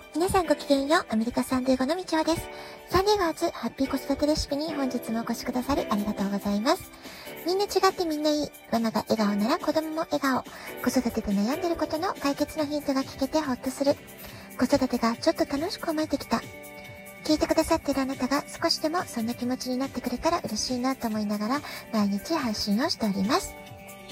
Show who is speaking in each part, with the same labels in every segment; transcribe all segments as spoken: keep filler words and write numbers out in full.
Speaker 1: 皆さんごきげんよう。アメリカサンデーゴのみちおです。サンデーガーズハッピー子育てレシピに本日もお越しくださりありがとうございます。みんな違ってみんないい。ママが笑顔なら子供も笑顔。子育てで悩んでることの解決のヒントが聞けてほっとする。子育てがちょっと楽しく思えてきた。聞いてくださっているあなたが少しでもそんな気持ちになってくれたら嬉しいなと思いながら毎日配信をしております。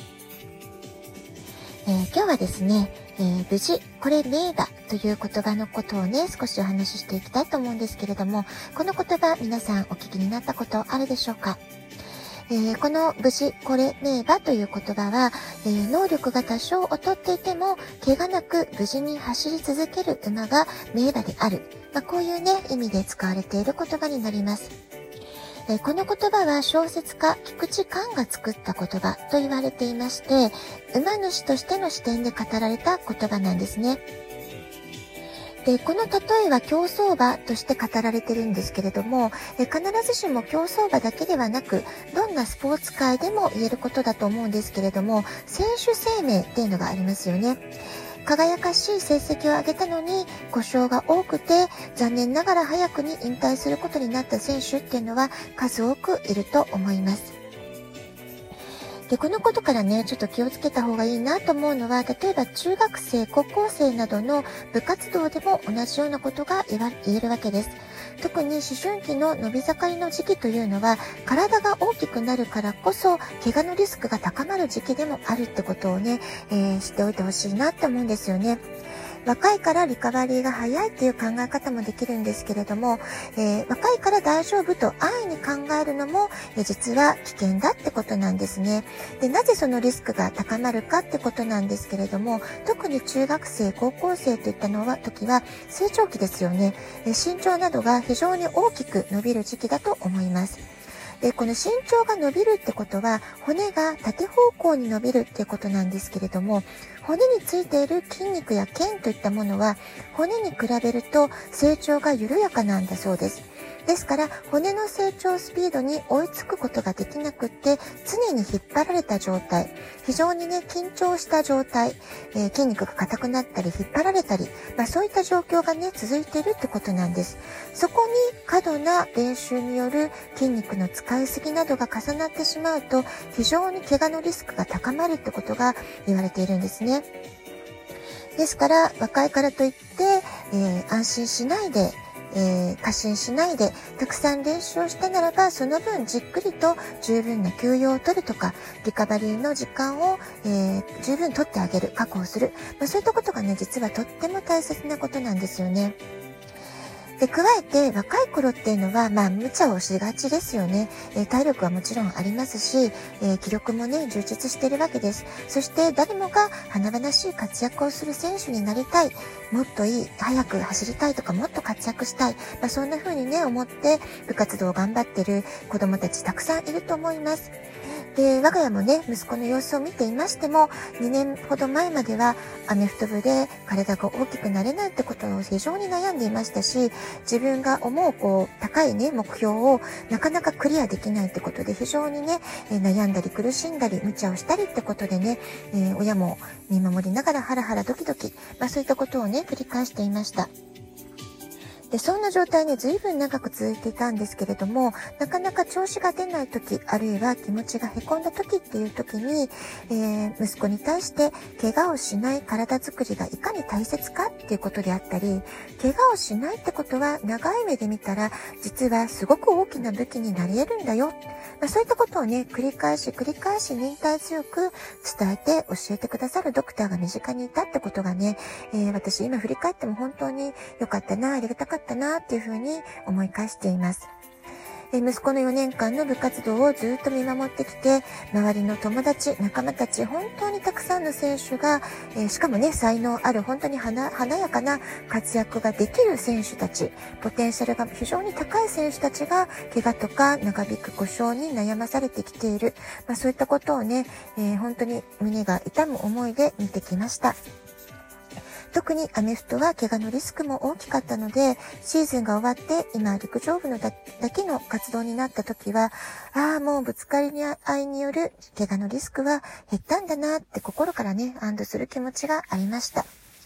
Speaker 1: えー、今日はですね、えー、無事これ名馬という言葉のことをね少しお話ししていきたいと思うんですけれども、この言葉皆さんお聞きになったことあるでしょうか。えー、この無事これ名馬という言葉は、えー、能力が多少劣っていても怪我なく無事に走り続ける馬が名馬である、まあ、こういうね意味で使われている言葉になります。えー、この言葉は小説家菊池寛が作った言葉と言われていまして、馬主としての視点で語られた言葉なんですね。で、この例えは競走馬として語られてるんですけれども、え必ずしも競走馬だけではなく、どんなスポーツ界でも言えることだと思うんですけれども、選手生命っていうのがありますよね。輝かしい成績を上げたのに故障が多くて残念ながら早くに引退することになった選手っていうのは数多くいると思います。で、このことからね、ちょっと気をつけた方がいいなと思うのは、例えば中学生、高校生などの部活動でも同じようなことが言わ言えるわけです。特に思春期の伸び盛りの時期というのは、体が大きくなるからこそ、怪我のリスクが高まる時期でもあるってことをね、えー、知っておいてほしいなって思うんですよね。若いからリカバリーが早いっていう考え方もできるんですけれども、えー、若いから大丈夫と安易に考えるのも、えー、実は危険だってことなんですね。で、なぜそのリスクが高まるかってことなんですけれども、特に中学生、高校生といったのは時は成長期ですよね。えー、身長などが非常に大きく伸びる時期だと思います。で、この身長が伸びるってことは骨が縦方向に伸びるってことなんですけれども、骨についている筋肉や腱といったものは骨に比べると成長が緩やかなんだそうです。ですから骨の成長スピードに追いつくことができなくって常に引っ張られた状態、非常にね緊張した状態、えー、筋肉が硬くなったり引っ張られたり、まあ、そういった状況がね続いているってことなんです。そこに過度な練習による筋肉の使いすぎなどが重なってしまうと非常に怪我のリスクが高まるってことが言われているんですね。ですから若いからといって、えー、安心しないでえー、過信しないでたくさん練習をしたならばその分じっくりと十分な休養を取るとかリカバリーの時間を、えー、十分取ってあげる、確保する、まあ、そういったことがね実はとっても大切なことなんですよね。で、加えて若い頃っていうのはまあ無茶をしがちですよね。えー、体力はもちろんありますし、えー、気力もね充実しているわけです。そして誰もが華々しい活躍をする選手になりたい、もっといい、早く走りたいとかもっと活躍したい、まあ、そんな風にね思って部活動を頑張っている子どもたちたくさんいると思います。で、我が家もね息子の様子を見ていましてもにねんほど前まではアメフト部で体が大きくなれないってことを非常に悩んでいましたし、自分が思うこう高いね目標をなかなかクリアできないってことで非常にね、えー、悩んだり苦しんだり無茶をしたりってことでね、えー、親も見守りながらハラハラドキドキ、まあ、そういったことをね繰り返していました。で、そんな状態ね、随分長く続いていたんですけれども、なかなか調子が出ない時、あるいは気持ちがへこんだ時っていう時に、えー、息子に対して怪我をしない体づくりがいかに大切かっていうことであったり、怪我をしないってことは長い目で見たら、実はすごく大きな武器になり得るんだよ。まあ、そういったことをね、繰り返し繰り返し忍耐強く伝えて教えてくださるドクターが身近にいたってことがね、えー、私今振り返っても本当に良かったな、ありがたかったなっていうふうに思い返しています。え息子のよねんかんの部活動をずっと見守ってきて、周りの友達、仲間たち、本当にたくさんの選手が、えー、しかもね、才能ある本当に華やかな活躍ができる選手たち、ポテンシャルが非常に高い選手たちが、怪我とか長引く故障に悩まされてきている。まあ、そういったことをね、えー、本当に胸が痛む思いで見てきました。特にアメフトは怪我のリスクも大きかったので、シーズンが終わって今陸上部の だ, だけの活動になった時は、ああもうぶつかり合いによる怪我のリスクは減ったんだなって心からね安堵する気持ちがありました。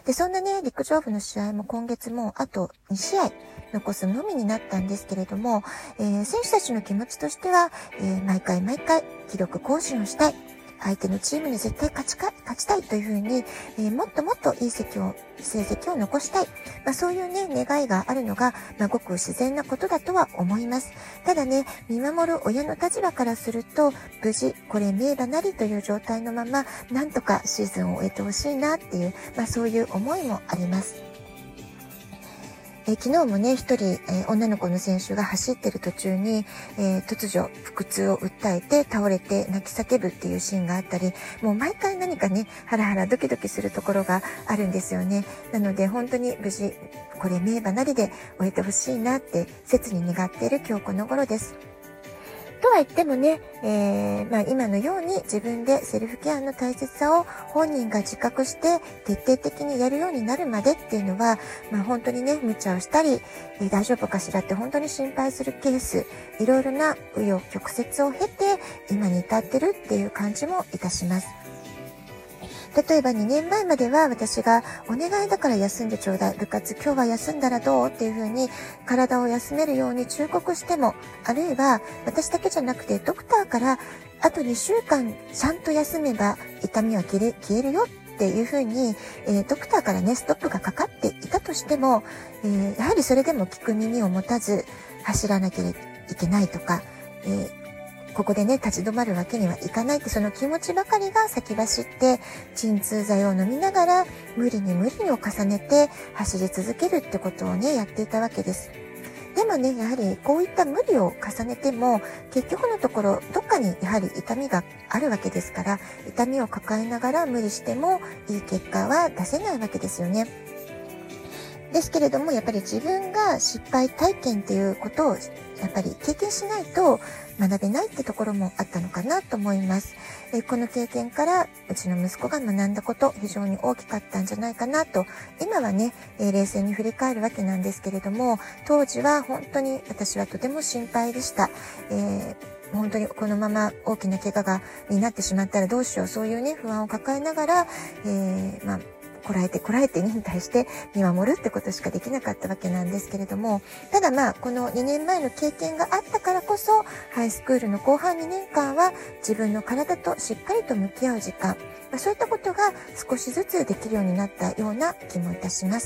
Speaker 1: で、そんなね、陸上部の試合も今月もあとにしあい残すのみになったんですけれども、えー、選手たちの気持ちとしては、えー、毎回毎回記録更新をしたい。相手のチームに絶対勝ちか、勝ちたいというふうに、えー、もっともっといい席を、成績を残したい。まあそういうね、願いがあるのが、まあごく自然なことだとは思います。ただね、見守る親の立場からすると、無事、これ名馬なりという状態のまま、なんとかシーズンを終えてほしいなっていう、まあそういう思いもあります。えー、昨日もね、一人、えー、女の子の選手が走ってる途中に、えー、突如腹痛を訴えて倒れて泣き叫ぶっていうシーンがあったり、もう毎回何かね、ハラハラドキドキするところがあるんですよね。なので本当に無事、これ名馬なりで終えてほしいなって切に願っている今日この頃です。とは言ってもね、えーまあ、今のように自分でセルフケアの大切さを本人が自覚して徹底的にやるようになるまでっていうのは、まあ、本当にね、無茶をしたり、えー、大丈夫かしらって本当に心配するケース、いろいろな紆余曲折を経て今に至ってるっていう感じもいたします。例えばにねんまえまでは私がお願いだから休んでちょうだい、部活今日は休んだらどうっていう風に体を休めるように忠告しても、あるいは私だけじゃなくてドクターからあとにしゅうかんちゃんと休めば痛みは消える、消えるよっていう風に、えー、ドクターからねストップがかかっていたとしても、えー、やはりそれでも聞く耳を持たず走らなきゃいけないとか、えーここでね、立ち止まるわけにはいかないってその気持ちばかりが先走って、鎮痛剤を飲みながら無理に無理を重ねて走り続けるってことをね、やっていたわけです。でもね、やはりこういった無理を重ねても、結局のところどっかにやはり痛みがあるわけですから、痛みを抱えながら無理してもいい結果は出せないわけですよね。ですけれども、やっぱり自分が失敗体験っていうことをやっぱり経験しないと学べないってところもあったのかなと思います。えこの経験からうちの息子が学んだこと非常に大きかったんじゃないかなと今はね、えー、冷静に振り返るわけなんですけれども、当時は本当に私はとても心配でした。えー本当にこのまま大きな怪我がになってしまったらどうしよう、そういうね不安を抱えながら、えー、まあこらえてこらえて忍耐して見守るってことしかできなかったわけなんですけれども、ただまあこのにねんまえの経験があったからこそハイスクールの後半にねんかんは自分の体としっかりと向き合う時間、まあ、そういったことが少しずつできるようになったような気もいたします。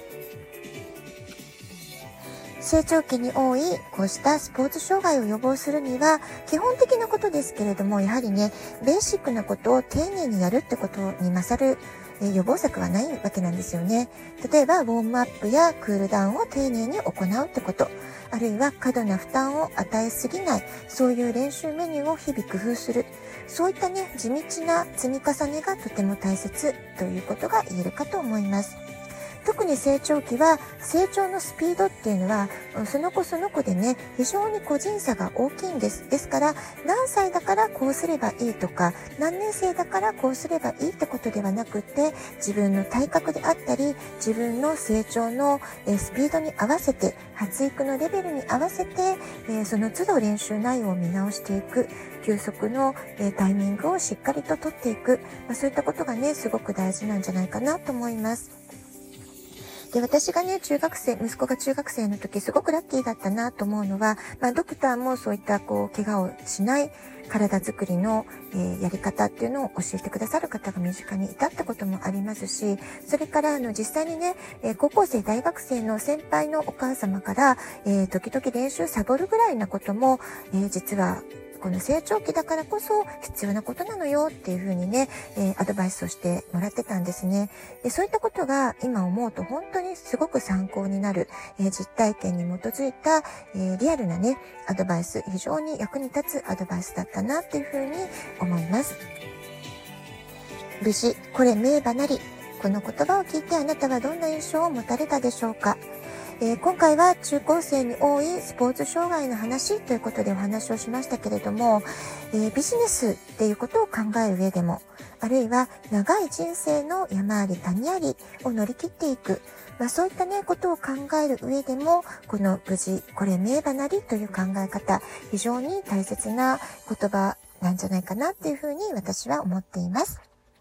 Speaker 1: 成長期に多いこうしたスポーツ障害を予防するには基本的なことですけれども、やはりねベーシックなことを丁寧にやるってことに勝る予防策はないわけなんですよね。例えばウォームアップやクールダウンを丁寧に行うってこと、あるいは過度な負担を与えすぎない、そういう練習メニューを日々工夫する、そういったね地道な積み重ねがとても大切ということが言えるかと思います。特に成長期は成長のスピードっていうのはその子その子でね非常に個人差が大きいんです。ですから何歳だからこうすればいいとか何年生だからこうすればいいってことではなくて、自分の体格であったり自分の成長のスピードに合わせて発育のレベルに合わせてその都度練習内容を見直していく、休息のタイミングをしっかりと取っていく、そういったことがねすごく大事なんじゃないかなと思います。で、私がね、中学生、息子が中学生の時、すごくラッキーだったなと思うのは、まあ、ドクターもそういった、こう、怪我をしない体づくりの、えー、やり方っていうのを教えてくださる方が身近にいたってこともありますし、それから、あの、実際にね、えー、高校生、大学生の先輩のお母様から、えー、時々練習サボるぐらいなことも、えー、実は、この成長期だからこそ必要なことなのよっていうふうにね、えー、アドバイスをしてもらってたんですね。で、そういったことが今思うと本当にすごく参考になる、えー、実体験に基づいた、えー、リアルなね、アドバイス、非常に役に立つアドバイスだったなっていうふうに思います。無事、これ名馬なり。この言葉を聞いてあなたはどんな印象を持たれたでしょうか。えー、今回は中高生に多いスポーツ障害の話ということでお話をしましたけれども、えー、ビジネスっていうことを考える上でも、あるいは長い人生の山あり谷ありを乗り切っていく、まあ、そういったねことを考える上でも、この無事これ名馬なりという考え方、非常に大切な言葉なんじゃないかなっていうふうに私は思っています。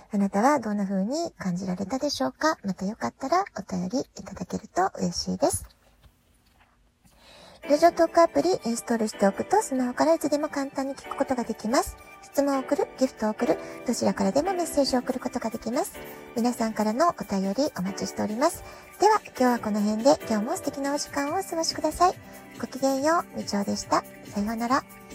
Speaker 1: あなたはどんな風に感じられたでしょうか？またよかったらお便りいただけると嬉しいです。ラジオトークアプリインストールしておくとスマホからいつでも簡単に聞くことができます。質問を送る、ギフトを送る、どちらからでもメッセージを送ることができます。皆さんからのお便りお待ちしております。では今日はこの辺で今日も素敵なお時間をお過ごしください。ごきげんよう、みちおでした。さようなら。